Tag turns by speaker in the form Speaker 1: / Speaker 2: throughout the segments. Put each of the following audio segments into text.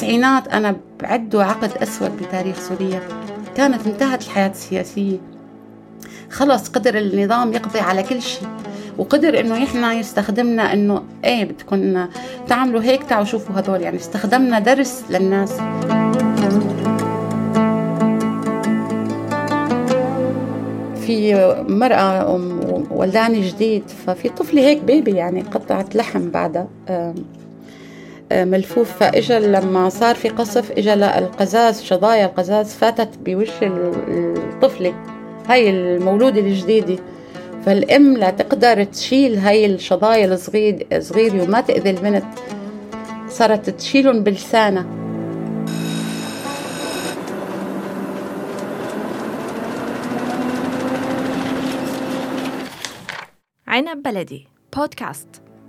Speaker 1: بالتسعينات أنا بعده عقد أسود بتاريخ سوريا. كانت انتهت الحياة السياسية، خلص قدر النظام يقضي على كل شيء، وقدر إنه إحنا يستخدمنا إنه إيه بدكم تعملوا هيك، تعالوا شوفوا هذول، يعني استخدمنا درس للناس. في مرأة ولداني جديد، ففي طفل هيك بيبي يعني قطعة لحم بعدها ملفوف، فإجا لما صار في قصف إجا القزاز، شظايا القزاز فاتت بوش الطفلة هاي المولودة الجديدة، فالأم لا تقدر تشيل هاي الشظايا الصغيرة وما تأذي البنت، صارت تشيلهم بلسانها.
Speaker 2: عنب بلدي بودكاست.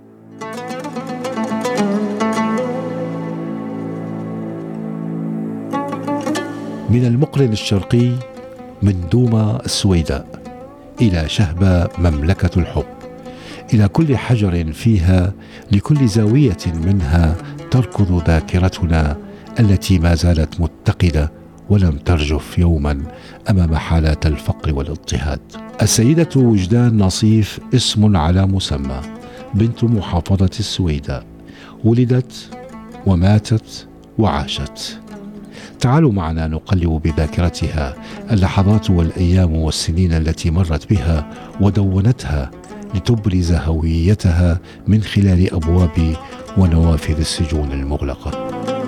Speaker 3: من المقرن الشرقي من دوما السويداء إلى شهبة مملكة الحب، إلى كل حجر فيها، لكل زاوية منها تركض ذاكرتنا التي ما زالت متقدة ولم ترجف يوما أمام حالات الفقر والاضطهاد. السيدة وجدان نصيف اسم على مسمى، بنت محافظة السويداء، ولدت وماتت وعاشت. تعالوا معنا نقلب بذاكرتها اللحظات والأيام والسنين التي مرت بها ودونتها، لتبرز هويتها من خلال أبواب ونوافذ السجون المغلقة.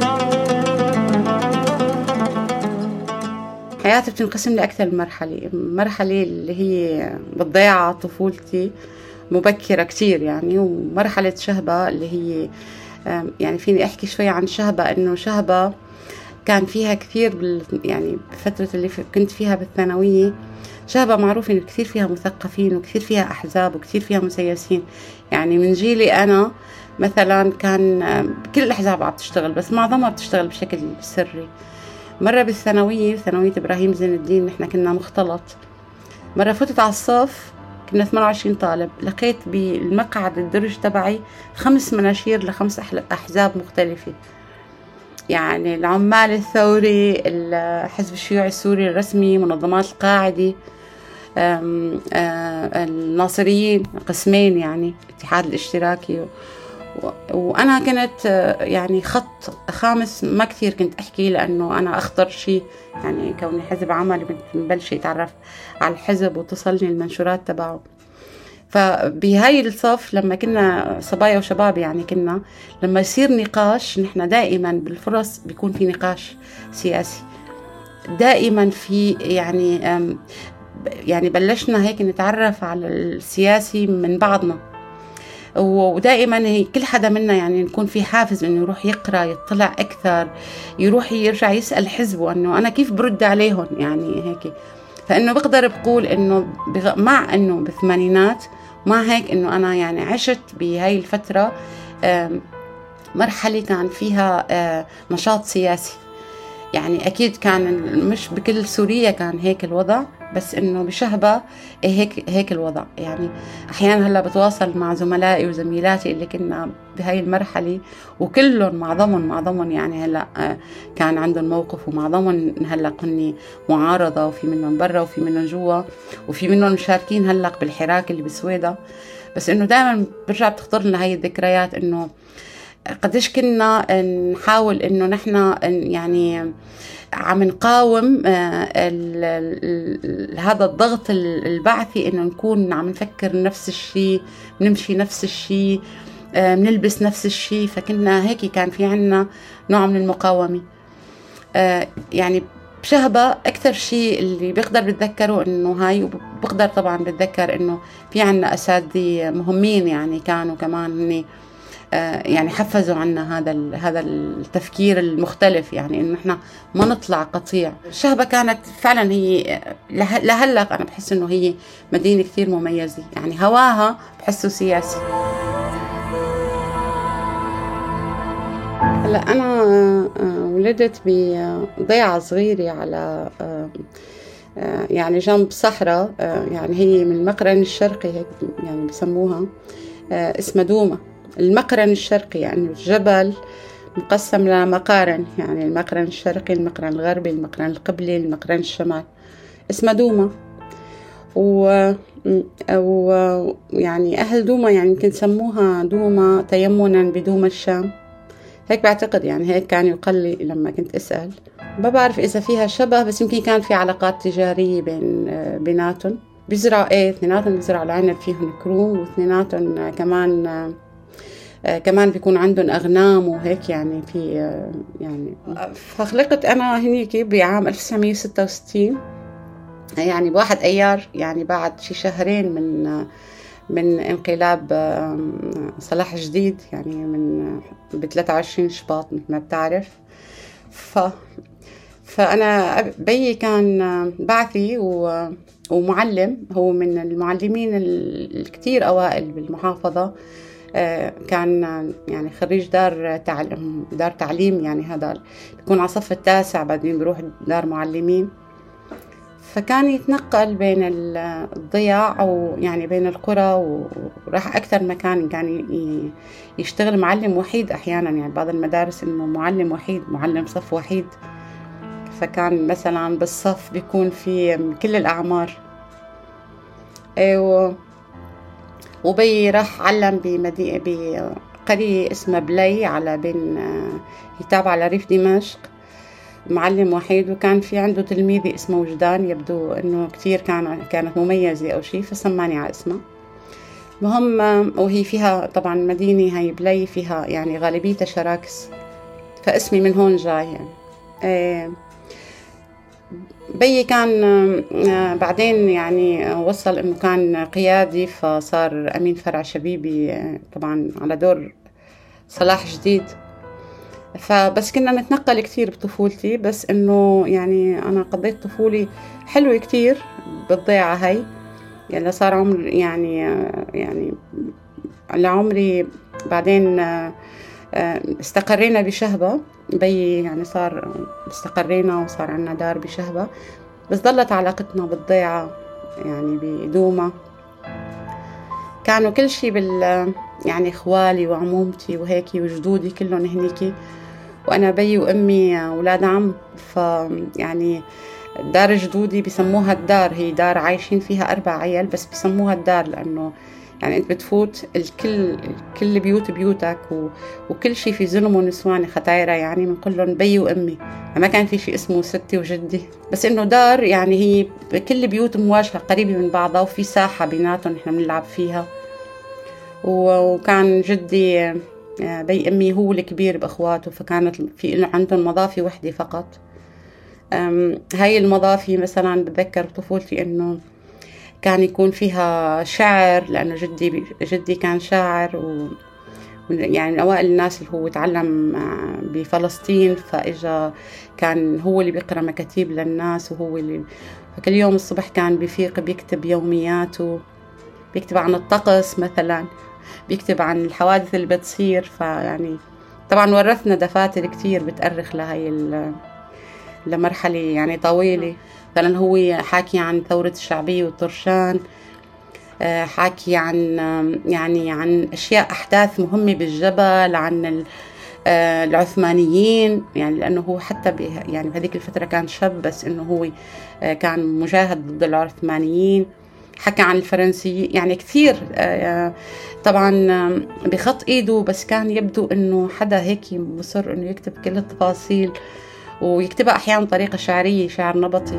Speaker 1: حياتي بتنقسم لأكثر مرحلة اللي هي بالضيعة طفولتي مبكرة كتير يعني، ومرحلة شهبة اللي هي يعني فيني أحكي شوي عن شهبة، إنه شهبة كان فيها كثير يعني بفترة اللي كنت فيها بالثانوية. شهبة معروف إنه كثير فيها مثقفين وكثير فيها أحزاب وكثير فيها مسيسين، يعني من جيلي أنا مثلا كان كل الأحزاب عم تشتغل، بس معظمها بتشتغل بشكل سري. مرة بالثانوية، ثانوية إبراهيم زين الدين، نحن كنا مختلط. مرة فتت على الصف، كنا 28 طالب، لقيت بالمقعد الدرج تبعي 5 مناشير ل5 أحزاب مختلفة، يعني العمال الثوري، الحزب الشيوعي السوري الرسمي، منظمات القاعدة، الناصريين قسمين يعني الاتحاد الاشتراكي، وأنا كنت يعني خط خامس ما كثير كنت أحكي، لأنه أنا أخطر شيء يعني كوني حزب عملي بنبلش يتعرف على الحزب وتصلني المنشورات تبعه. فبهاي الصف لما كنا صبايا وشباب يعني كنا لما يصير نقاش، نحن دائما بالفرص بيكون في نقاش سياسي، دائما في يعني بلشنا هيك نتعرف على السياسي من بعضنا، ودائما هي كل حدا منا يعني نكون في حافز انه يروح يقرأ يطلع اكثر، يروح يرجع يسأل حزبه انه انا كيف برد عليهم يعني هيك. فانه بقدر بقول انه مع انه بالثمانينات مع هيك انه انا يعني عشت بهاي الفترة مرحلة كان فيها نشاط سياسي، يعني اكيد كان مش بكل سوريا كان هيك الوضع، بس انه بشهبة هيك الوضع. يعني احيانا هلا بتواصل مع زملائي وزميلاتي اللي كنا بهاي المرحلة، وكلهم معظمهم يعني هلا كان عندهم موقف، ومعظمهم هلا كني معارضة، وفي منهم برا وفي منهم جوا، وفي منهم مشاركين هلا بالحراك اللي بسويدا. بس انه دائما برجع بتخطر لنا هاي الذكريات، انه قديش كنا نحاول انه نحن يعني عم نقاوم هذا الضغط البعثي، انه نكون عم نفكر نفس الشيء، نمشي نفس الشيء، نلبس نفس الشيء. فكنا هيك كان في عنا نوع من المقاومة. يعني بشهبة أكثر شيء اللي بقدر بتذكره إنه هاي، وبقدر طبعا بتذكر إنه في عنا أساتذة مهمين يعني كانوا كمان يعني حفزوا عنا هذا التفكير المختلف، يعني إنه إحنا ما نطلع قطيع. شهبة كانت فعلا هي لهلا أنا بحس إنه هي مدينة كثير مميزة، يعني هواها بحسه سياسي. هلا أنا ولدت بضيعة صغيرة على يعني جنب صحراء، يعني هي من المقرن الشرقي هيك يعني بسموها، اسمها دوما المقرن الشرقي، يعني الجبل مقسم لمقارن، يعني المقرن الشرقي، المقرن الغربي، المقرن القبلي، المقرن الشمال، اسمها دوما. يعني أهل دوما يعني يمكن سموها دوما تيمنا بدوما الشام، هيك بعتقد، يعني هيك كان يقال لي لما كنت أسأل. ما بعرف إذا فيها شبه، بس يمكن كان في علاقات تجارية بيناتهم. بيزرعوا اثنيناتهم بيزرعوا العنب، فيهم كروم، واثنيناتهم كمان بيكون عندهم أغنام وهيك، يعني في يعني. فخلقت أنا هنيك بعام 1966، يعني بواحد أيار، يعني بعد شي شهرين من انقلاب صلاح جديد، يعني ب 23 شباط مثل ما بتعرف. فأنا بيي كان بعثي ومعلم، هو من المعلمين الكتير أوائل بالمحافظة، كان يعني خريج دار تعليم، يعني هذا بيكون على صف التاسع، بعدين بيروح دار معلمين. فكان يتنقل بين الضياع ويعني بين القرى، وراح أكثر مكان، كان يشتغل معلم وحيد أحيانا، يعني بعض المدارس إنه معلم وحيد، معلم صف وحيد. فكان مثلا بالصف بيكون في كل الأعمار. وبي راح علم بقرية اسمها بلي، على بين يتابع لريف دمشق، معلم وحيد. وكان في عنده تلميذة اسمه وجدان، يبدو انه كتير كانت مميزة او شيء، فسماني على اسمها. مهم، وهي فيها طبعا مدينة هاي بلي فيها يعني غالبيتها شراكس، فاسمي من هون جاي يعني. بيي كان بعدين يعني وصل انه كان قيادي، فصار امين فرع شبيبي، طبعا على دور صلاح جديد. فبس كنا نتنقل كتير بطفولتي، بس انه يعني انا قضيت طفولي حلوة كتير بالضيعة هاي، يعني صار عمري يعني لعمري. بعدين استقرينا بشهبة، بيي يعني استقرينا وصار عنا دار بشهبة، بس ظلت علاقتنا بالضيعة يعني بدوما. كانوا كل شي يعني اخوالي وعمومتي وهيك وجدودي كلهم هنيكي، وانا بيي وامي اولاد عم. يعني دار جدودي بيسموها الدار، هي دار عايشين فيها 4 عيال، بس بيسموها الدار لانه يعني انت بتفوت كل بيوتك وكل شيء في ظلم ونسوان ختايرة، يعني من كلهم بيي وامي، ما كان في شيء اسمه ستي وجدي، بس انه دار يعني هي كل بيوت مواجهة قريبة من بعضها، وفي ساحة بيناتهم احنا بنلعب فيها. وكان جدي بي امي هو الكبير باخواته، فكانت في عندهم مضافي وحدة فقط. هاي المضافي مثلا بتذكر بطفولتي انه كان يكون فيها شعر، لانه جدي كان شاعر، يعني اوائل الناس اللي هو تعلم بفلسطين، فاجا كان هو اللي بيقرا مكاتيب للناس، وهو اللي فكل يوم الصبح كان بيفيق بيكتب يومياته، بيكتب عن الطقس مثلا، بيكتب عن الحوادث اللي بتصير. فيعني طبعا ورثنا دفاتر كتير بتأرخ لهي لمرحلة يعني طويلة. مثلا هو حاكي عن ثورة الشعبية والطرشان، حاكي عن يعني عن أشياء أحداث مهمة بالجبل، عن العثمانيين، يعني لأنه هو حتى يعني بهذيك الفترة كان شاب، بس إنه هو كان مجاهد ضد العثمانيين. حكى عن الفرنسيين، يعني كثير طبعا بخط إيده، بس كان يبدو إنه حدا هيك مصر إنه يكتب كل التفاصيل، ويكتبها أحيانا طريقة شعرية، شعر نبطي.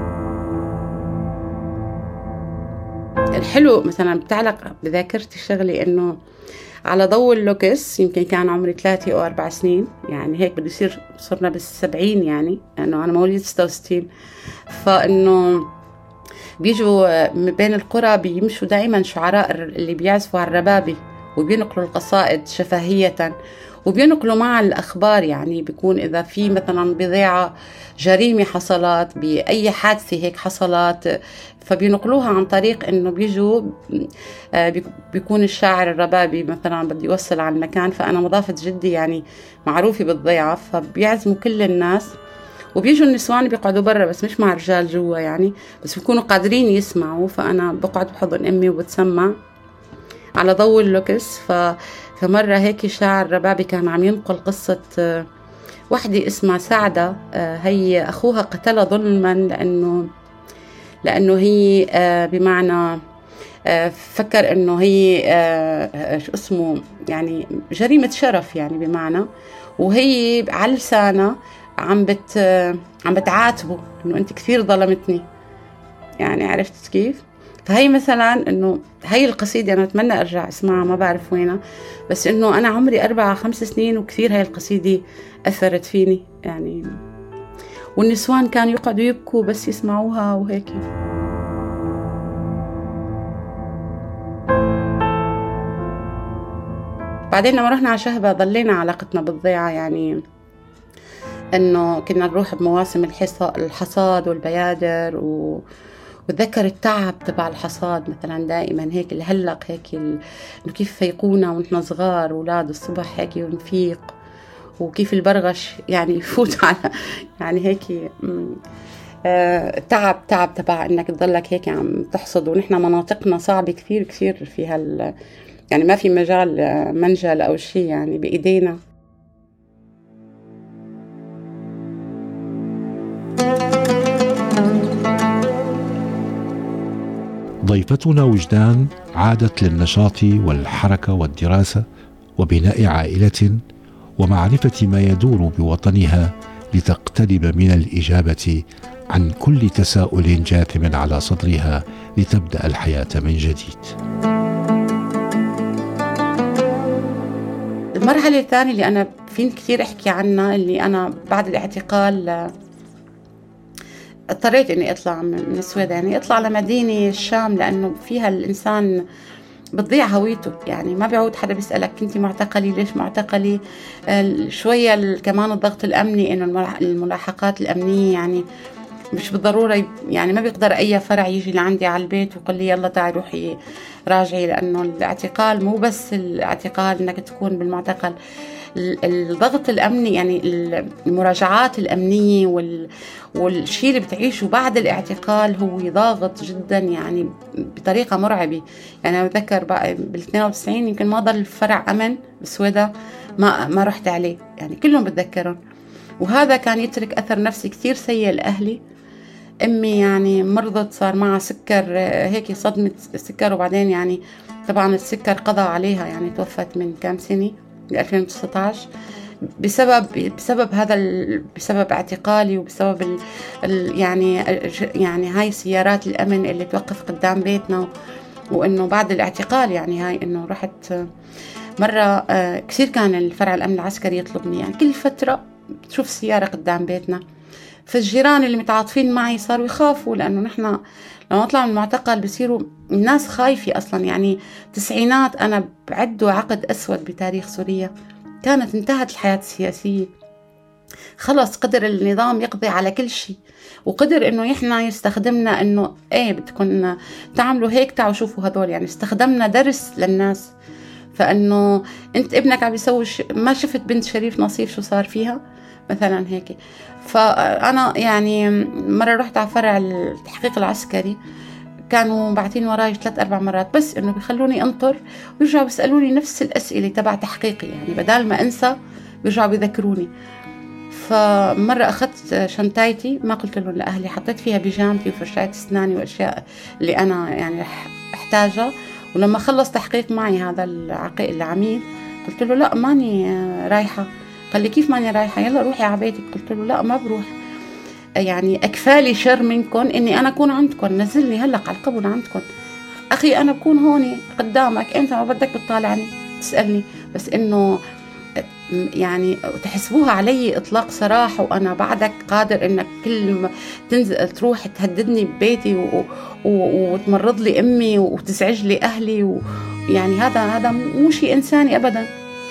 Speaker 1: الحلو مثلا بتعلق بذاكرتي الشغلي إنه على ضوء اللوكس، يمكن كان عمري 3 أو 4 سنين، يعني هيك بده يصير صرنا بال70، يعني إنه أنا مواليد 66. فإنه بيجوا بين القرى بيمشوا دائما شعراء اللي بيعزفوا على الربابي، وبينقلوا القصائد شفهية، وبينقلوا مع الأخبار. يعني بيكون إذا في مثلا بضيعة جريمة حصلت، بأي حادثة هيك حصلت، فبينقلوها عن طريق إنه بيجوا بيكون الشاعر الربابي مثلا بده يوصل على المكان. فأنا مضافة جدي يعني معروفة بالضيعة، فبيعزموا كل الناس، وبيجوا النسوان بيقعدوا برا، بس مش مع الرجال جوا يعني، بس بيكونوا قادرين يسمعوا. فأنا بقعد بحضن أمي وبتسمع على ضوء اللوكس. فمرة هيك شاعر ربابي كان عم ينقل قصة وحدة اسمها سعدة، هي أخوها قتلها ظلما لأنه هي بمعنى فكر إنه هي شو اسمه يعني جريمة شرف يعني بمعنى، وهي على لسانها عم بتعاتبه إنه أنت كثير ظلمتني، يعني عرفت كيف؟ فهي مثلا إنه هي القصيدة أنا أتمنى أرجع أسمعها، ما بعرف وينها، بس إنه أنا عمري 4-5 سنين وكثير هاي القصيدة أثرت فيني يعني، والنسوان كانوا يقعدوا يبكوا بس يسمعوها وهيك. بعدين لما رحنا على شهبة ضلينا علاقتنا بالضيعة، يعني إنه كنا نروح بمواسم الحصاد والبيادر وتذكر التعب تبع الحصاد مثلا دائما هيك الهلق هيك إنه كيف فيقونا ونحن صغار أولاد الصبح هيك ونفيق، وكيف البرغش يعني يفوت على يعني هيك تعب تبع إنك تضلك هيك عم تحصد، ونحن مناطقنا صعبة كثير كثير فيها يعني ما في مجال منجل أو شيء يعني بإيدينا.
Speaker 3: ضيفتنا وجدان عادت للنشاط والحركة والدراسة وبناء عائلة ومعرفة ما يدور بوطنها لتقترب من الإجابة عن كل تساؤل جاثم على صدرها لتبدأ الحياة من جديد.
Speaker 1: المرحلة الثانية اللي أنا فين كثير أحكي عنها، اللي أنا بعد الاعتقال اضطريت إني أطلع من السويد، يعني أطلع لمدينة الشام، لأنه فيها الإنسان بتضيع هويته، يعني ما بيعود حدا بيسألك كنتي معتقلي ليش معتقلي. شوية كمان الضغط الأمني، إنه الملاحقات الأمنية يعني مش بالضرورة يعني ما بيقدر أي فرع يجي لعندي على البيت ويقول لي يلا تعي روحي راجعي، لأنه الاعتقال مو بس الاعتقال إنك تكون بالمعتقل، الضغط الأمني يعني المراجعات الأمنية والشيء اللي بتعيشه بعد الاعتقال هو ضاغط جدا يعني بطريقة مرعبة. يعني أنا بتذكر بال92 يمكن ما ضل فرع أمن بسويدا ما رحت عليه، يعني كلهم بتذكرهم، وهذا كان يترك أثر نفسي كثير سيء لأهلي. أمي يعني مرضت، صار معها سكر هيك صدمة سكر، وبعدين يعني طبعا السكر قضى عليها، يعني توفت من كام سنة 2019 بسبب هذا بسبب اعتقالي، وبسبب يعني هاي سيارات الأمن اللي توقف قدام بيتنا، وإنه بعد الاعتقال يعني هاي إنه رحت مرة كثير كان الفرع الأمن العسكري يطلبني، يعني كل فترة تشوف سيارة قدام بيتنا، فالجيران اللي متعاطفين معي صاروا يخافوا، لأنه نحن لما نطلع من المعتقل بصيروا الناس خايفة أصلا. يعني التسعينات أنا بعده عقد أسود بتاريخ سوريا، كانت انتهت الحياة السياسية، خلص قدر النظام يقضي على كل شيء، وقدر إنه إحنا يستخدمنا إنه بدكم تعملوا هيك، تعالوا شوفوا هذول، يعني استخدمنا درس للناس. فإنه أنت ابنك عم يسوي ما شفت بنت شريف نصيف شو صار فيها مثلا هيك. فأنا يعني مرة رحت على فرع التحقيق العسكري، كانوا باعتين وراي 3-4 مرات، بس إنه بيخلوني أنطر ويرجعوا بيسألوني نفس الأسئلة تبع تحقيقي، يعني بدال ما أنسى بيرجعوا بيذكروني. فمرة أخذت شنطايتي، ما قلت لهم لأهلي، حطيت فيها بيجامتي وفرشاية أسناني وأشياء اللي أنا يعني احتاجها. ولما خلص تحقيق معي هذا العميد قلت له لا ماني رايحة. قال لي كيف ماني رايحة؟ يلا روحي على بيتك. قلت له لا ما بروح، يعني أكفالي شر منكم إني أنا أكون عندكم، نزلني هلق على القبل عندكم أخي، أنا بكون هوني قدامك، أنت ما بدك بتطالعني تسألني، بس إنه يعني تحسبوها علي إطلاق سراح، وأنا بعدك قادر إنك كل ما تنزل تروح تهددني ببيتي وتمرض لي أمي وتزعج لي أهلي، يعني هذا مو شيء إنساني أبدا.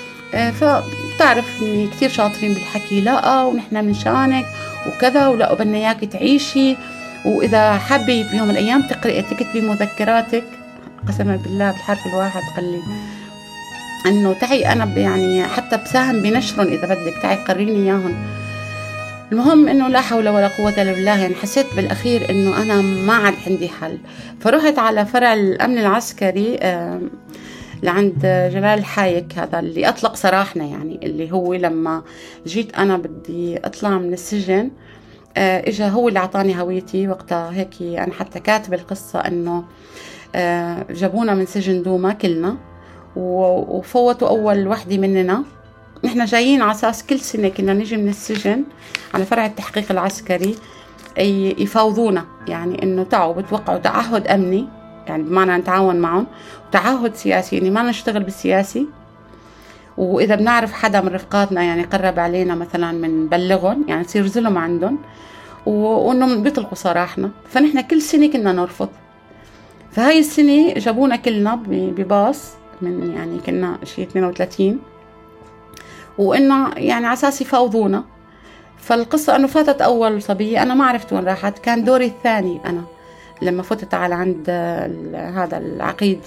Speaker 1: فبتعرف إني كتير شاطرين بالحكي، لا ونحن من شانك وكذا، ولا بدنا إياك تعيشي، وإذا حابة بيوم من الأيام تكتبي مذكراتك، قسما بالله بالحرف الواحد قال لي انه تعي انا يعني حتى بساهم بنشرهم اذا بدك، تعي قريني اياهم. المهم انه لا حول ولا قوه الا بالله، يعني حسيت بالاخير انه انا ما عاد عندي حل، فرحت على فرع الامن العسكري. لعند جلال الحايك، هذا اللي أطلق سراحنا يعني، اللي هو لما جيت أنا بدي أطلع من السجن إجا هو اللي عطاني هويتي وقتها. هيك أنا حتى كاتب القصة إنه جابونا من سجن دوما كلنا وفوتوا أول وحدة مننا. نحن جايين على أساس كل سنة كنا نجي من السجن على فرع التحقيق العسكري يفاوضونا، يعني إنه تعوا بتوقعوا تعهد أمني، يعني بمعنى نتعاون معهم، وتعهد سياسي يعني ما نشتغل بالسياسي، وإذا بنعرف حدا من رفقاتنا يعني قرب علينا مثلا منبلغهم، يعني نصير ظلم عندهم، وإنه بيطلقوا سراحنا. فنحن كل سنة كنا نرفض. فهاي السنة جابونا كلنا بباص من يعني كنا شيء 32، وإنه يعني على أساس يفاوضونا. فالقصة أنه فاتت أول صبية، أنا ما عرفت وين راحت، كان دوري الثاني أنا لما فتت على عند هذا العقيد.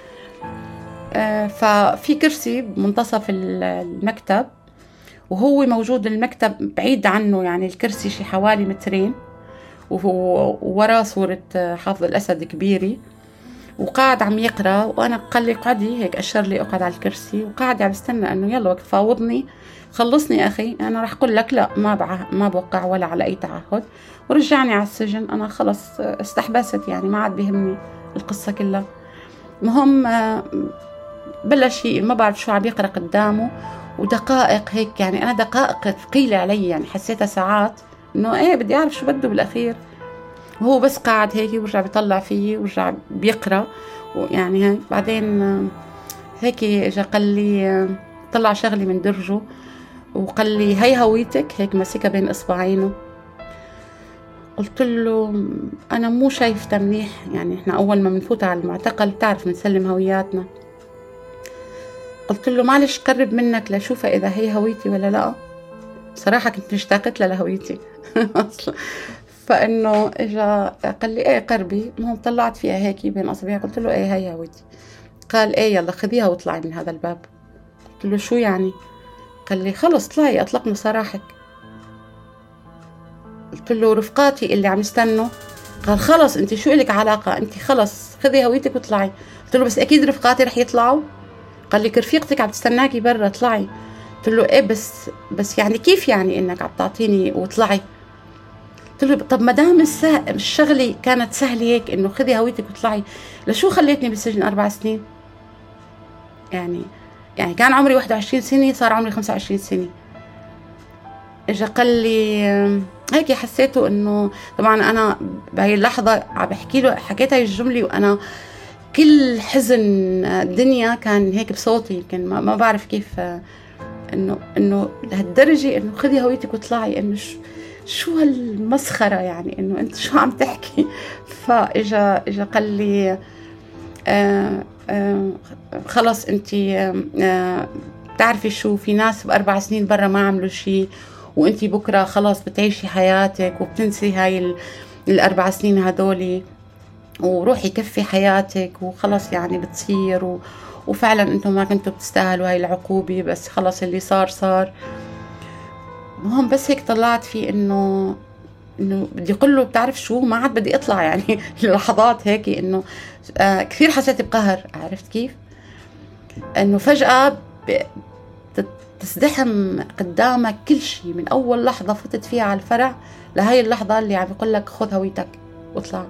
Speaker 1: ففي كرسي بمنتصف المكتب، وهو موجود المكتب بعيد عنه، يعني الكرسي شي حوالي 2 متر، ووراه صورة حافظ الأسد كبيرة، وقاعد عم يقرأ. وأنا قال لي اقعدي، هيك أشر لي اقعد على الكرسي، وقاعد عم بستنى أنه يلا وقت فاوضني خلصني أخي، أنا رح أقول لك لا ما بوقع ولا على أي تعهد. ورجعني على السجن. أنا خلص استحبست، يعني ما عاد بيهمني القصة كلها. مهم بلش ما بعرف شو عم يقرأ قدامه، ودقائق هيك، يعني أنا دقائق ثقيلة علي، يعني حسيتها ساعات، إنه إيه بدي أعرف شو بده بالأخير. وهو بس قاعد هيك ورجع بيطلع فيه ورجع بيقرأ، ويعني هيك. بعدين هيك اجا قال لي، طلع شغلي من درجه وقال لي هي هويتك، هيك مسكها بين إصبعينه. قلت له أنا مو شايفة منيح، يعني إحنا أول ما بنفوت على المعتقل بتعرف بنسلم هوياتنا. قلت له معلش قرب منك لشوفها إذا هي هويتي ولا لا. صراحة كنت اشتاقت لهويتي فإنه إجا قال لي إيه قربي. المهم طلعت فيها هيك بين أصابعي، قلت له إيه هي هويتي. قال إيه يلا خذيها واطلعي من هذا الباب. قلت له شو يعني؟ قال لي خلص طلعي أطلقنا سراحك. قلت له رفقاتي اللي عم يستنوا. قال خلص انت شو إلك علاقة، انت خلص خذي هويتك واطلعي. قلت له بس اكيد رفقاتي رح يطلعوا. قال لي رفيقتك عم تستناكي برا اطلعي. قلت له ايه بس يعني كيف يعني انك عم تعطيني واطلعي. قلت له طب ما دام الشغله كانت سهله هيك انه خذي هويتك واطلعي، لشو خليتني بالسجن 4 سنين؟ يعني كان عمري 21 سنه صار عمري 25 سنه. اجا قال لي هيك، حسيته انه طبعا انا بهي اللحظه عم بحكي له، حكيت هاي الجمله وانا كل حزن الدنيا كان هيك بصوتي، يمكن ما بعرف كيف، انه لهالدرجه انه خذي هويتك واطلعي، انه شو هالمسخره، يعني انه انت شو عم تحكي. فاجا قال لي خلص انت بتعرفي شو، في ناس ب4 سنين برا ما عملوا شيء، وانتي بكرة خلاص بتعيشي حياتك وبتنسي هاي 4 سنين هدولي، وروحي كفي حياتك وخلص يعني بتصير، وفعلا انتم ما كنتوا بتستاهلوا هاي العقوبة، بس خلص اللي صار. مهم بس هيك طلعت فيه انه بدي اقول له بتعرف شو، ما عاد بدي اطلع يعني لحظات هيك، انه كثير حسيت بقهر. عرفت كيف انه فجأة تزدحم قدامك كل شيء، من أول لحظة فتت فيها على الفرع لهي اللحظة اللي عم يقول لك خذ هويتك واطلع.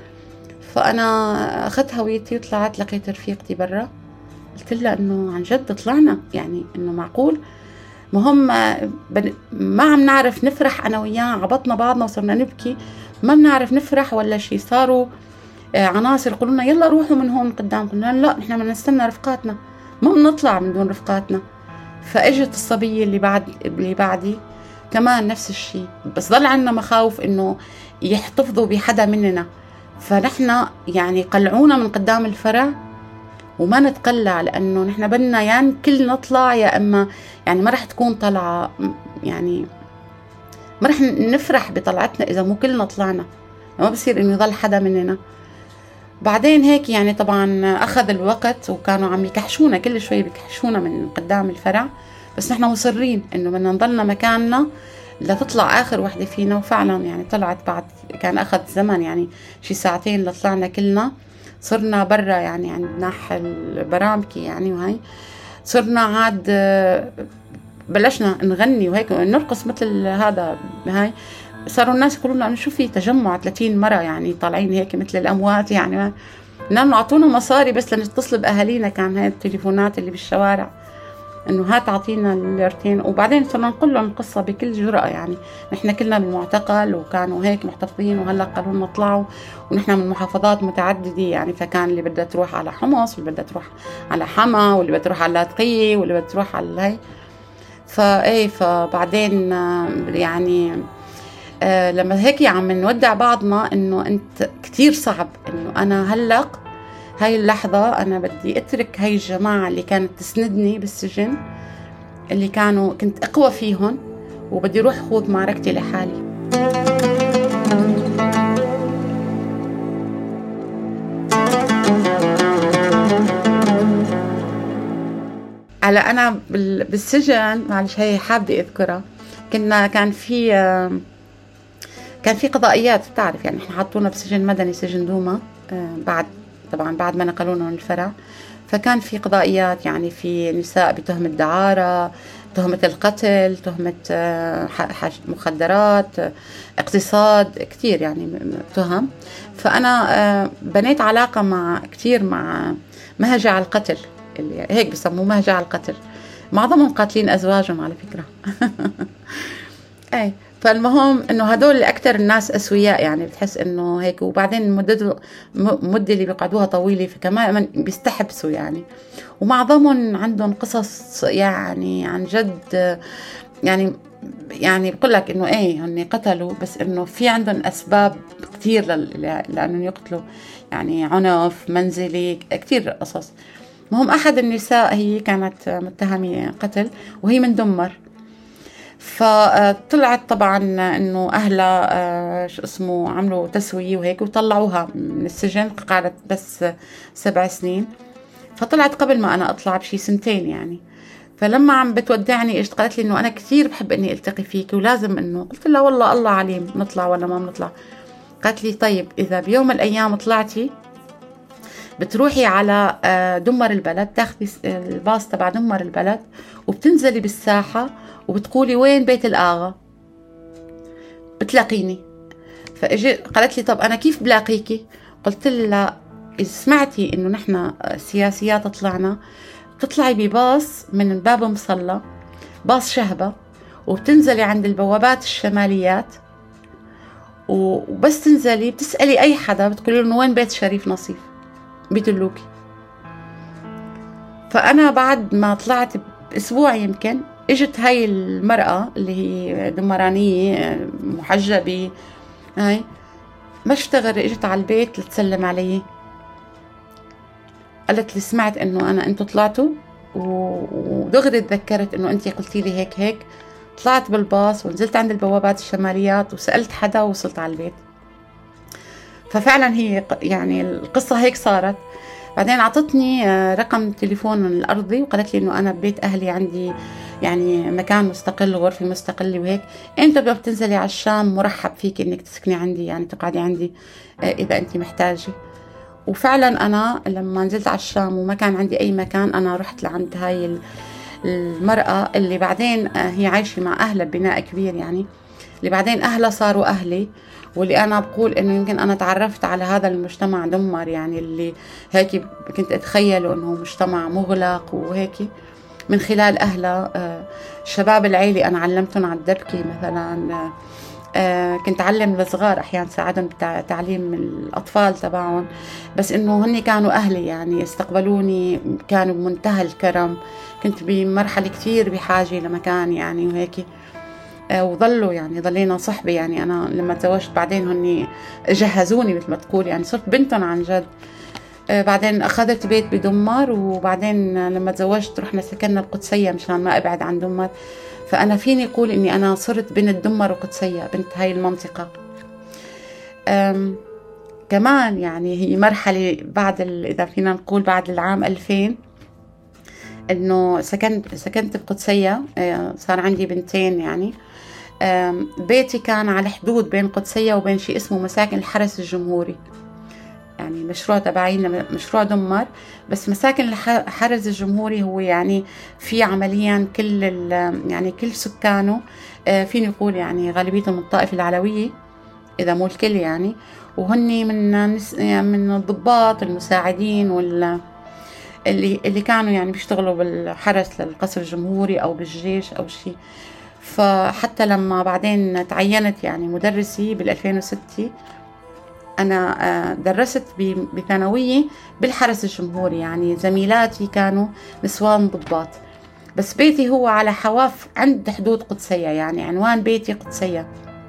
Speaker 1: فأنا أخذت هويتي وطلعت، لقيت رفيقتي برا، قلت لها إنه عن جد طلعنا، يعني إنه معقول. مهم ما عم نعرف نفرح أنا وياه، عبطنا بعضنا وصرنا نبكي، ما بنعرف نفرح ولا شيء. صاروا عناصر يقولوا لنا يلا روحوا من هون قدام، قلنا لا نحن بدنا نستنى رفقاتنا، ما بنطلع من دون رفقاتنا. فاجت الصبية اللي بعدي كمان نفس الشيء، بس ضل عنا مخاوف انه يحتفظوا بحدا مننا، فنحن يعني قلعونا من قدام الفرع وما نتقلع، لانه نحن بدنا يعني كل نطلع، يا اما يعني ما رح تكون طلعة، يعني ما رح نفرح بطلعتنا اذا مو كلنا طلعنا، ما بصير انه يضل حدا مننا. بعدين هيك يعني طبعا أخذ الوقت، وكانوا عم يكحشونا كل شوي، بيكحشونا من قدام الفرع، بس نحن مصرين إنه بدنا نضلنا مكاننا لتطلع آخر وحدة فينا. وفعلا يعني طلعت بعد، كان أخذ زمن يعني شي 2 ساعة لطلعنا كلنا. صرنا برا يعني عند ناحية البرامكي يعني، وهي صرنا عاد بلشنا نغني وهيك نرقص مثل هذا. هاي صاروا الناس يقولوا لنا شو في تجمع 30 مرة يعني طالعين هيك مثل الأموات يعني، نعم أعطونا مصاري بس لنتصل بأهالينا. كان هاي التليفونات اللي بالشوارع إنه هات أعطينا الليرتين. وبعدين صرنا نقول لهم القصة بكل جرأة يعني، نحن كلنا بالمعتقل وكانوا هيك محتفظين، وهلا قالوا لنا اطلعوا، ونحن من محافظات متعددة يعني، فكان اللي بدها تروح على حمص، واللي بدها تروح على حما، واللي بدها تروح على لاذقية، واللي بدها تروح على هاي. فبعدين يعني لما هيك عم نودع بعضنا إنه أنت كتير صعب إنه أنا هلأ هاي اللحظة أنا بدي أترك هاي الجماعة اللي كانت تسندني بالسجن، اللي كنت أقوى فيهم، وبدي أروح خوض معركتي لحالي. هلا أنا بالسجن، معلش هي حابة أذكرها، كان في قضائيات بتعرف يعني، احنا حطونا بسجن مدني، سجن دوما، بعد ما نقلونا من الفرع. فكان في قضائيات يعني، في نساء بتهمة دعارة، تهمة القتل، تهمة مخدرات، اقتصاد، كتير يعني تهم. فأنا بنيت علاقة كتير مع مهجع القتل، اللي هيك بسموه مهجع القتل، معظمهم قاتلين أزواجهم على فكرة. أي فالمهم إنه هدول أكتر الناس أسوياء يعني، بتحس إنه هيك. وبعدين مدة اللي بيقعدوها طويلة، فكمان بيستحبسوا يعني، ومعظمهم عندهم قصص يعني عن جد يعني بقول لك إنه هن قتلوا، بس إنه في عندهم أسباب كتير لأنه يقتلوا يعني، عنف منزلي، كتير قصص. مهم أحد النساء هي كانت متهمة قتل، وهي من دمر. فطلعت طبعا انه اهلها عملوا تسوية وهيك، وطلعوها من السجن، قعدت بس 7 سنين. فطلعت قبل ما انا اطلع بشي 2 سنين يعني. فلما عم بتودعني اجت قالت لي انه انا كثير بحب اني التقي فيك، ولازم انه، قلت لها والله الله عليم نطلع ولا ما بنطلع. قالت لي طيب اذا بيوم من الايام طلعتي بتروحي على دمر البلد، تاخذي الباص تبع دمر البلد، وبتنزلي بالساحة وبتقولي وين بيت الآغا، بتلاقيني. فاجي قالت لي طب أنا كيف بلاقيكي؟ قلت لها إذا سمعتي إنه نحن سياسيات طلعنا، بتطلعي بباص من باب مصلى، باص شهبة، وبتنزلي عند البوابات الشماليات، وبس تنزلي بتسألي أي حدا بتقولي له وين بيت شريف نصيف، بيدلوكي. فأنا بعد ما طلعت بأسبوع يمكن، اجت هاي المرأة اللي هي دمرانية محجبة، هاي ما اشتغل، اجت على البيت لتسلم علي. قالت لي سمعت انه انتوا طلعتوا، ودغري تذكرت انه انتي قلتي لي هيك هيك. طلعت بالباص ونزلت عند البوابات الشماليات، وسألت حدا ووصلت على البيت. ففعلا هي يعني القصة هيك صارت. بعدين عطتني رقم تليفون الأرضي، وقالت لي إنه أنا ببيت أهلي عندي يعني مكان مستقل، غرفة مستقلة وهيك، أنت بدك تنزلي على الشام مرحب فيك إنك تسكني عندي يعني، تقعدي عندي إذا أنت محتاجة. وفعلا أنا لما نزلت على الشام وما كان عندي أي مكان، أنا رحت لعند هاي المرأة اللي بعدين هي عايشة مع أهلها ببناء كبير يعني، اللي بعدين أهلها صاروا أهلي، واللي أنا بقول إنه يمكن أنا تعرفت على هذا المجتمع دمر يعني، اللي هيك كنت أتخيله إنه مجتمع مغلق وهيك، من خلال أهلها. شباب العيلة أنا علمتهم على الدبكة مثلا، كنت أعلم الصغار أحيانا، ساعدهم بتعليم الأطفال تبعهم، بس إنه هني كانوا أهلي يعني، استقبلوني كانوا بمنتهى الكرم. كنت بمرحلة كتير بحاجة لمكان يعني وهيك، وظلوا يعني ضلينا صحبة يعني. أنا لما تزوجت بعدين هني جهزوني مثل ما تقول يعني، صرت بنتهم عن جد. بعدين أخذت بيت بدمر، وبعدين لما تزوجت رحنا سكننا القدسية مشان ما أبعد عن دمر. فأنا فيني أقول إني أنا صرت بنت دمر وقدسية، بنت هاي المنطقة. كمان يعني هي مرحلة بعد إذا فينا نقول بعد العام 2000 إنه سكنت بقدسية، صار عندي بنتين يعني. بيتي كان على حدود بين قدسية وبين شيء اسمه مساكن الحرس الجمهوري. يعني مشروع تبعينا مشروع دمر، بس مساكن الحرس الجمهوري هو يعني في عمليا يعني كل سكانه فيني يقول يعني غالبيتهم من الطائفة العلوية إذا مو الكل يعني، وهني من الضباط المساعدين اللي كانوا يعني بيشتغلوا بالحرس للقصر الجمهوري أو بالجيش أو شيء. فحتى لما بعدين تعينت يعني مدرسي بال2006 أنا درست بثانوية بالحرس الجمهوري، يعني زميلاتي كانوا نسوان ضباط، بس بيتي هو على حواف عند حدود قدسية، يعني عنوان بيتي قدسية.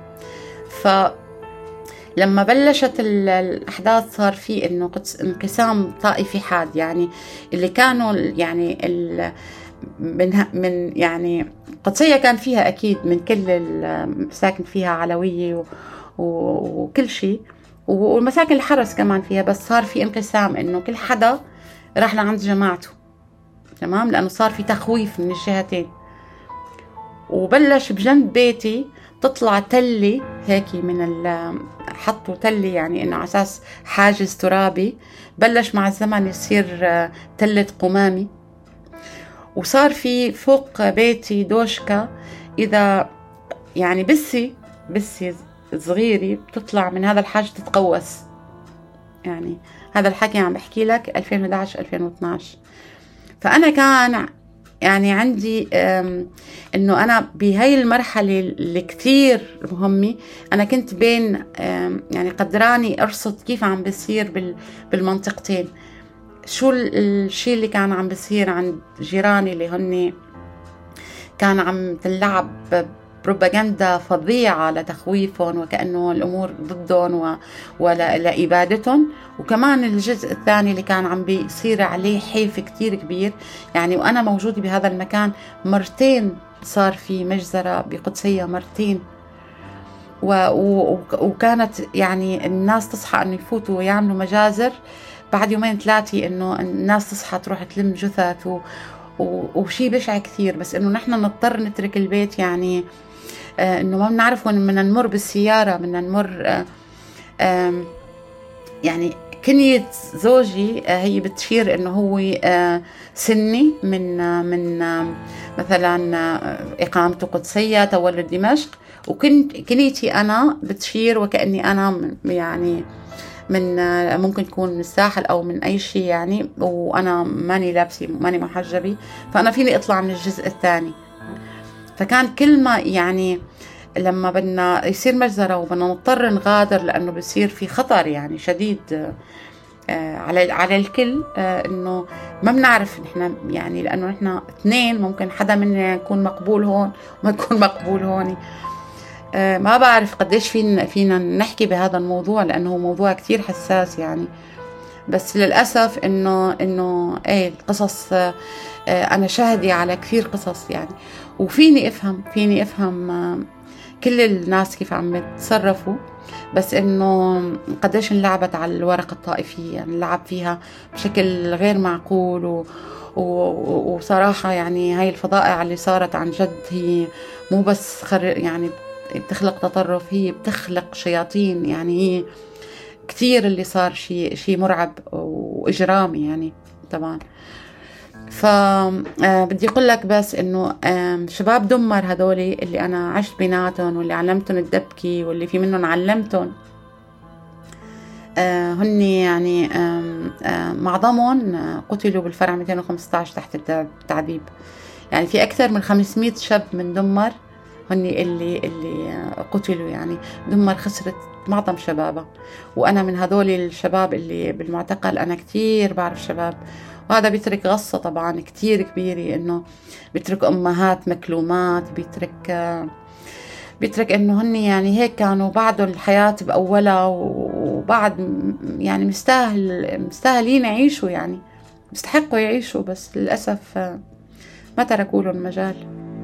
Speaker 1: فلما بلشت الأحداث صار في إنه انقسام طائفي حاد، يعني اللي كانوا يعني من يعني قدسية كان فيها أكيد من كل المساكن فيها علوية وكل شيء، والمساكن الحرس كمان فيها، بس صار في انقسام إنه كل حدا راح لعند جماعته، تمام، لأنه صار في تخويف من الجهتين. وبلش بجنب بيتي تطلع تلي هيك حطوا تلي يعني إنه على أساس حاجز ترابي، بلش مع الزمن يصير تلة قمامي، وصار في فوق بيتي دوشكا، إذا يعني بسي صغيري بتطلع من هذا الحاج تتقوس. يعني هذا الحكي عم بحكي لك 2011-2012. فأنا كان يعني عندي إنه أنا بهاي المرحلة اللي كتير مهمة، أنا كنت بين يعني قدراني أرصد كيف عم بصير بالمنطقتين، شو الشيء اللي كان عم بصير عند جيراني اللي هني كان عم تلعب بروباغندا فظيعة لتخويفهم وكأنه الأمور ضدهم ولا إبادتهم، وكمان الجزء الثاني اللي كان عم بيصير عليه حيف كتير كبير. يعني وأنا موجودة بهذا المكان مرتين، صار في مجزرة بقدسية مرتين، وكانت يعني الناس تصحى أنه يفوتوا ويعملوا مجازر بعد 2-3، إنه الناس تصحى تروح تلم جثث وشي بشع كثير، بس إنه نحن نضطر نترك البيت، يعني إنه ما بنعرف وين بدنا نمر بالسيارة، بدنا نمر يعني كنية زوجي هي بتشير إنه هو سني من مثلا إقامته قدسية تولد دمشق، وكنيتي أنا بتشير وكأني أنا يعني من ممكن تكون من الساحل أو من أي شيء يعني، وأنا ماني لابسة ماني محجبة، فأنا فيني أطلع من الجزء الثاني. فكان كل ما يعني لما بدنا يصير مجزرة وبدنا نضطر نغادر لأنه بصير في خطر يعني شديد على الكل، إنه ما بنعرف نحن يعني، لأنه نحن 2 ممكن حدا منا يكون مقبول هون وما يكون مقبول هون. ما بعرف قديش فينا نحكي بهذا الموضوع لأنه موضوع كتير حساس يعني، بس للأسف إنه القصص أنا شاهدي على كثير قصص يعني، وفيني أفهم كل الناس كيف عم يتصرفوا، بس إنه قديش انلعبت على الورقة الطائفية، يعني نلعب فيها بشكل غير معقول. وصراحة يعني هاي الفضائع اللي صارت عن جد هي مو بس يعني بتخلق تطرف، هي بتخلق شياطين، يعني هي كتير اللي صار شيء مرعب وإجرامي يعني طبعا. فبدي أقول لك بس إنه شباب دمر هذولي اللي أنا عشت بيناتهم واللي علمتهم الدبكي واللي في منهم علمتهم، هني يعني معظمهم قتلوا بالفرع 215 تحت التعذيب. يعني في أكثر من 500 شاب من دمر هني اللي قتلوا، يعني دمر خسرت معظم شبابها، وأنا من هذول الشباب اللي بالمعتقل. أنا كتير بعرف شباب، وهذا بيترك غصة طبعا كتير كبيرة، إنه بيترك أمهات مكلومات، بيترك إنه هني يعني هيك كانوا بعدوا الحياة بأولها، وبعد يعني مستاهلين يعيشوا، يعني مستحقوا يعيشوا، بس للأسف ما تركوا لهم مجال.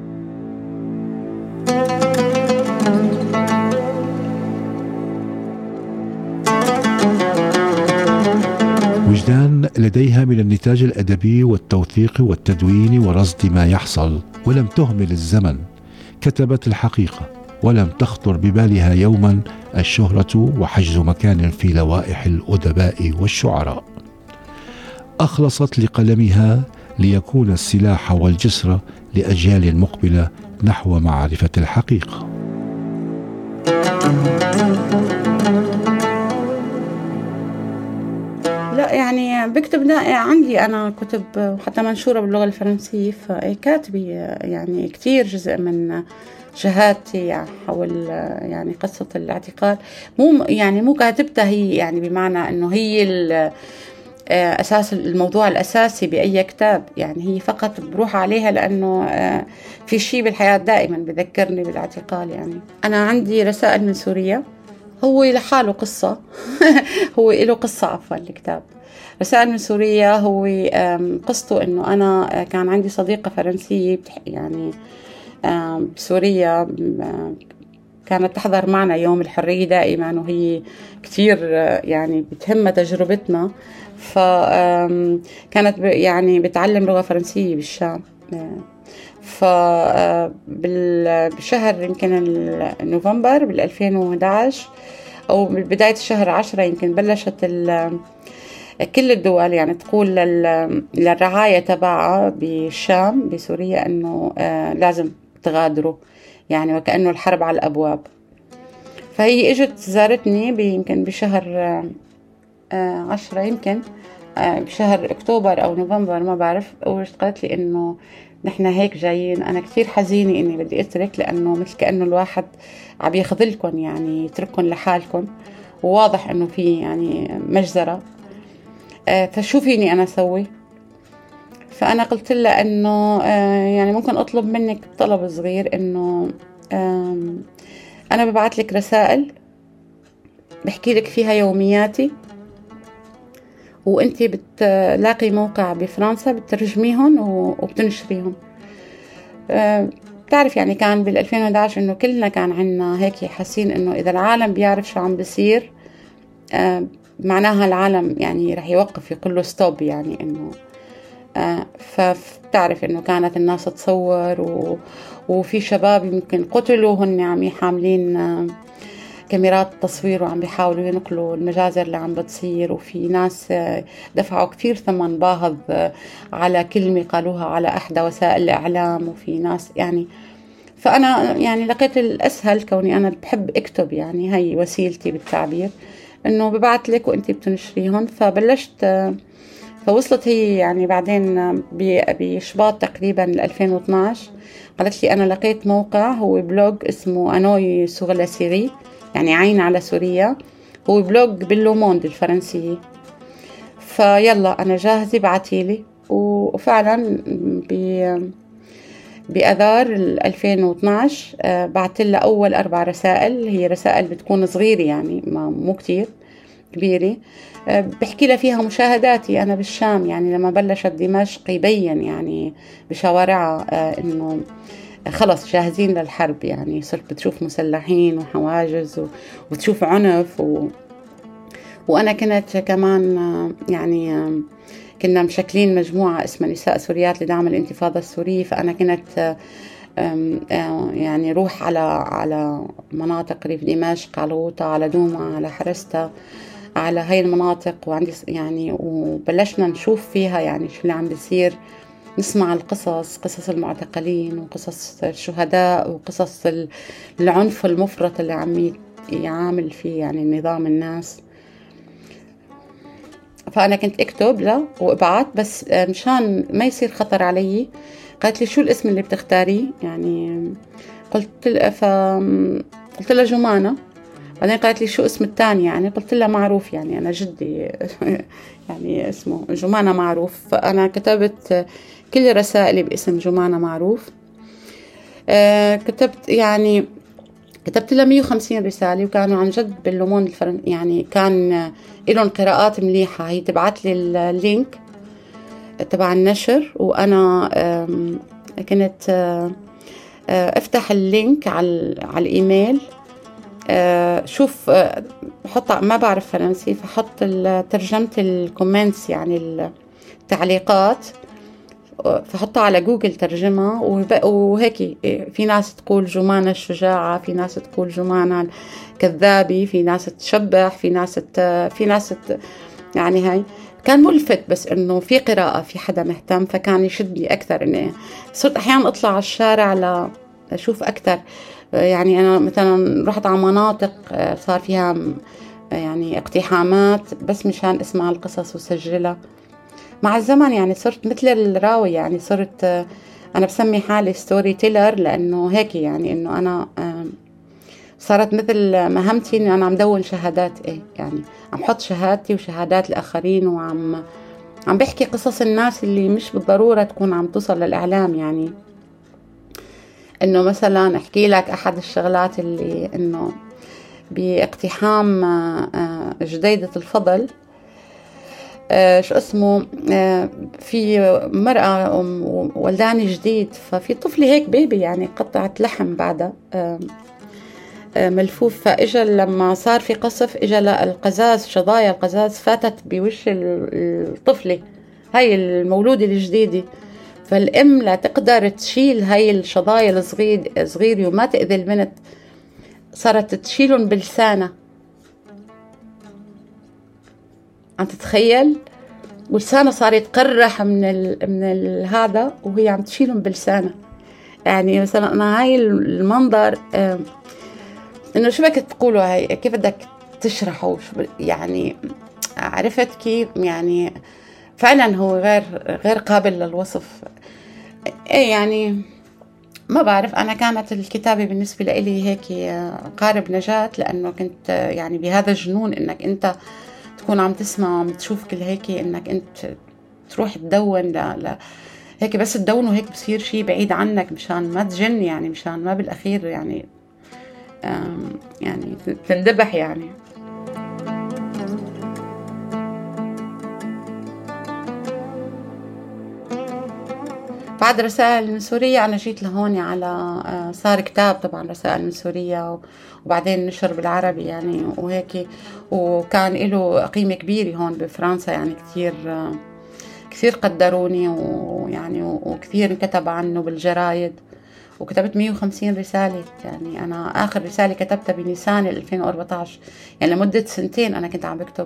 Speaker 3: وجدان لديها من النتاج الأدبي والتوثيق والتدوين ورصد ما يحصل، ولم تهمل الزمن. كتبت الحقيقة ولم تخطر ببالها يوما الشهرة وحجز مكان في لوائح الأدباء والشعراء. أخلصت لقلمها ليكون السلاح والجسر لأجيال مقبلة نحو معرفة الحقيقة.
Speaker 1: لا يعني بكتب عندي أنا كتب حتى منشورة باللغة الفرنسية، فكاتبة يعني كتير جزء من شهادتي حول يعني قصة الاعتقال. مو كاتبتها هي يعني بمعنى أنه هي أساس الموضوع الأساسي بأي كتاب، يعني هي فقط بروح عليها لأنه في شيء بالحياة دائما بذكرني بالاعتقال. يعني أنا عندي رسائل من سوريا، هو لحاله قصة هو له قصة عفوا الكتاب. رسائل من سوريا هو قصته أنه أنا كان عندي صديقة فرنسية يعني بسوريا، كانت تحضر معنا يوم الحرية دائما، وهي كتير يعني بتهمها تجربتنا، فكانت يعني بتعلم لغة فرنسية بالشام. فبالشهر يمكن نوفمبر بال2011 أو بداية الشهر 10 يمكن بلشت كل الدول يعني تقول للرعاية تبعها بالشام بسوريا أنه لازم تغادروا، يعني وكأنه الحرب على الأبواب. فهي اجت زارتني يمكن بشهر 10 يمكن بشهر أكتوبر أو نوفمبر ما بعرف، قالت لي إنه نحن هيك جايين، أنا كتير حزينة إني بدي أترك، لأنه مثل كأنه الواحد عم يخذلكم يعني يترككم لحالكم، وواضح إنه في يعني مجزرة، فشو فيني أنا أسوي؟ فأنا قلت لها إنه يعني ممكن أطلب منك طلب صغير، إنه أنا ببعث لك رسائل بحكي لك فيها يومياتي، وانتي بتلاقي موقع بفرنسا بترجميهم وبتنشريهم. بتعرف يعني كان بال2011 انه كلنا كان عنا هيك حاسين انه اذا العالم بيعرف شو عم بيصير معناها العالم يعني رح يوقف، يقول له ستوب، يعني انه فبتعرف انه كانت الناس تصور وفي شباب يمكن قتلوا هن عم يحاملين كاميرات تصوير وعم بيحاولوا ينقلوا المجازر اللي عم بتصير، وفي ناس دفعوا كثير ثمن باهظ على كلمة قالوها على إحدى وسائل الإعلام، وفي ناس يعني. فأنا يعني لقيت الأسهل كوني أنا بحب أكتب، يعني هاي وسيلتي بالتعبير، إنه ببعت لك وإنتي بتنشريهم. فبلشت فوصلت هي يعني بعدين بشباط تقريبا 2012 قالت لي أنا لقيت موقع هو بلوج اسمه أنوي سور لا سيري، يعني عين على سوريا، هو بلوج باللوموند الفرنسية، فيلا أنا جاهزة بعتيلي. وفعلا بأذار 2012 بعت لها أول 4 رسائل، هي رسائل بتكون صغيرة يعني مو كتير كبيرة، بحكي لها فيها مشاهداتي أنا بالشام، يعني لما بلشت دمشق يبين يعني بشوارعها إنه خلص جاهزين للحرب، يعني صرت بتشوف مسلحين وحواجز وبتشوف عنف وأنا كنت كمان يعني كنا مشكلين مجموعة اسمها نساء سوريات لدعم الانتفاضة السورية، فأنا كنت يعني روح على مناطق ريف دمشق، على غوطة، على دوما، على حرستا، على هاي المناطق، وعندي يعني وبلشنا نشوف فيها يعني شو اللي عم بيصير، نسمع قصص المعتقلين وقصص الشهداء وقصص العنف المفرط اللي عم يعامل فيه يعني النظام الناس. فأنا كنت أكتب له وأبعت بس مشان ما يصير خطر علي. قالت لي شو الاسم اللي بتختاريه؟ يعني قلت لها جمانة. بعدين قالت لي شو اسم الثاني؟ يعني قلت لها معروف، يعني أنا جدي يعني اسمه جمانة معروف. فأنا كتبت كل رسائلي باسم جمانة معروف. كتبت لها 150 رسالة، وكانوا عن جد باللوموند يعني كان لهم قراءات مليحة. هي تبعت لي اللينك تبع النشر، وأنا كنت افتح اللينك على الإيميل، شوف حط، ما بعرف فرنسي، فحط ترجمة الكومنتس يعني التعليقات، فحطها على جوجل ترجمة وهيك. في ناس تقول جمانة الشجاعة، في ناس تقول جمانة الكذابة، في ناس تشبح، في ناس يعني هاي كان ملفت. بس انه في قراءة، في حدا مهتم، فكان يشدني اكثر. اني صرت احيانا اطلع على الشارع لاشوف اكثر. يعني انا مثلا رحت على مناطق صار فيها يعني اقتحامات بس مشان اسمع القصص وسجلها. مع الزمن يعني صرت مثل الراوي، يعني صرت أنا بسمي حالي ستوري تيلر، لأنه هيك يعني إنه أنا صارت مثل مهمتي إني أنا عم دون شهادات. يعني عم حط شهادتي وشهادات الآخرين، وعم بحكي قصص الناس اللي مش بالضرورة تكون عم توصل للإعلام. يعني إنه مثلا أحكي لك أحد الشغلات اللي إنه باقتحام جديدة الفضل، شو اسمه، في مرأة ولداني جديد، ففي طفل هيك بيبي يعني قطعة لحم بعدها ملفوف. فإجا لما صار في قصف إجا القزاز، شظايا القزاز فاتت بوش الطفلة هاي المولودة الجديدة. فالأم لا تقدر تشيل هاي الشظايا الصغيرة وما تأذي البنت، صارت تشيلهم بلسانها. عم تتخيل؟ ولسانه صار يتقرح من هذا وهي عم تشيلهم بلسانه. يعني مثلا انا هاي المنظر انه شو بدك تقولوا، هاي كيف بدك تشرحوا؟ يعني عرفت كيف؟ يعني فعلا هو غير قابل للوصف. يعني ما بعرف، انا كانت الكتابة بالنسبة لي هيك قارب نجاة، لانه كنت يعني بهذا الجنون انك انت تكون عم تسمع وعم تشوف كل هيك، انك انت تروح تدون هيك، بس تدون وهيك بصير شيء بعيد عنك مشان ما تجن، يعني مشان ما بالاخير يعني يعني تندبح. يعني بعد رسائل من سوريا أنا جيت لهون على صار كتاب طبعا رسائل من سوريا، وبعدين نشر بالعربي يعني وهيك، وكان له قيمة كبيرة هون بفرنسا. يعني كثير قدروني، ويعني وكثير انكتب عنه بالجرايد، وكتبت 150 رسالة. يعني أنا آخر رسالة كتبتها بنيسان 2014، يعني لمدة 2 أنا كنت عم بكتب.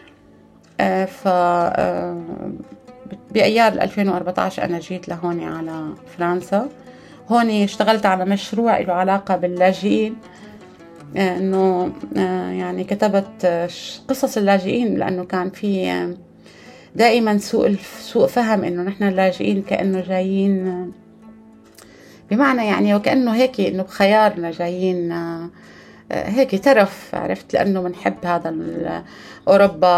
Speaker 1: بأيار 2014 أنا جيت لهون على فرنسا. هون اشتغلت على مشروع له علاقة باللاجئين، إنه يعني كتبت قصص اللاجئين، لأنه كان في دائما سوء فهم إنه نحن اللاجئين كأنه جايين بمعنى يعني وكأنه هيك إنه بخيارنا جايين هيك ترف، عرفت؟ لأنه بنحب هذا أوروبا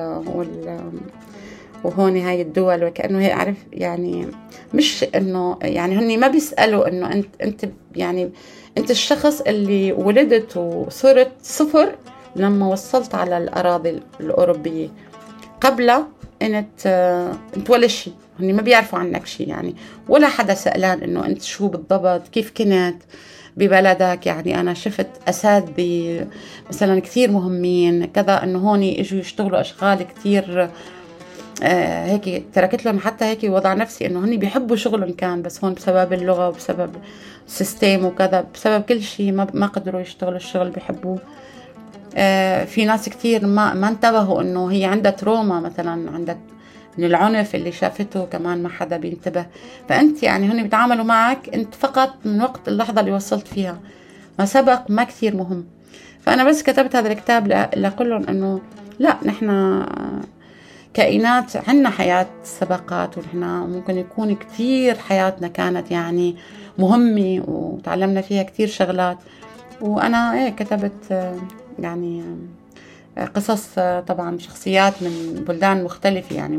Speaker 1: وهون هاي الدول، وكأنه هيك عارف. يعني مش إنه يعني هني ما بيسألوا إنه أنت يعني أنت الشخص اللي ولدت وصرت صفر لما وصلت على الأراضي الأوروبية، قبل أنت ولا شيء. هني ما بيعرفوا عنك شيء يعني، ولا حدا سألان إنه أنت شو بالضبط، كيف كنت ببلدك. يعني أنا شفت أساتذة مثلا كثير مهمين كذا، إنه هون إجوا يشتغلوا أشغال كثير هيك تركت لهم حتى هيك وضع نفسي إنه هني بيحبوا شغلهم كان، بس هون بسبب اللغة وبسبب السيستم وكذا، بسبب كل شيء ما قدروا يشتغلوا الشغل بيحبوه. في ناس كثير ما انتبهوا إنه هي عندها تروما مثلا، عندها من العنف اللي شافته، كمان ما حدا بينتبه. فأنت يعني هن بيتعاملوا معك أنت فقط من وقت اللحظة اللي وصلت فيها، ما سبق ما كثير مهم. فأنا بس كتبت هذا الكتاب لكلهم إنه لا، نحن كائنات عنا حياة سبقات، ونحن ممكن يكون كثير حياتنا كانت يعني مهمة وتعلمنا فيها كثير شغلات. وأنا كتبت يعني قصص طبعا شخصيات من بلدان مختلفة، يعني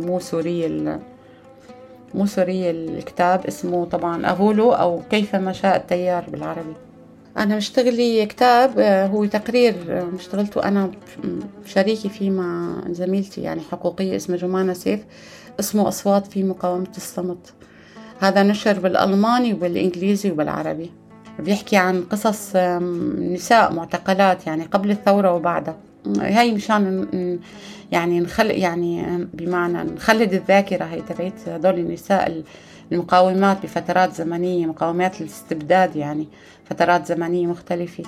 Speaker 1: مو سورية الكتاب اسمه طبعا أغولو أو كيفما شاء التيار بالعربي. أنا مشتغلي كتاب هو تقرير مشتغلته أنا شريكي فيه مع زميلتي يعني حقوقية اسمها جمانة سيف، اسمه أصوات في مقاومة الصمت. هذا نشر بالألماني وبالإنجليزي وبالعربي. بيحكي عن قصص نساء معتقلات يعني قبل الثورة وبعدها. هاي مشان يعني بمعنى نخلد الذاكرة هاي تبعت هدول النساء المقاومات بفترات زمنية، مقاومات الاستبداد، يعني فترات زمنية مختلفة.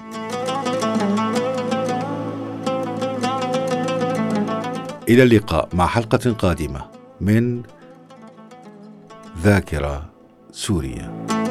Speaker 3: إلى اللقاء مع حلقة قادمة من ذاكرة سوريا.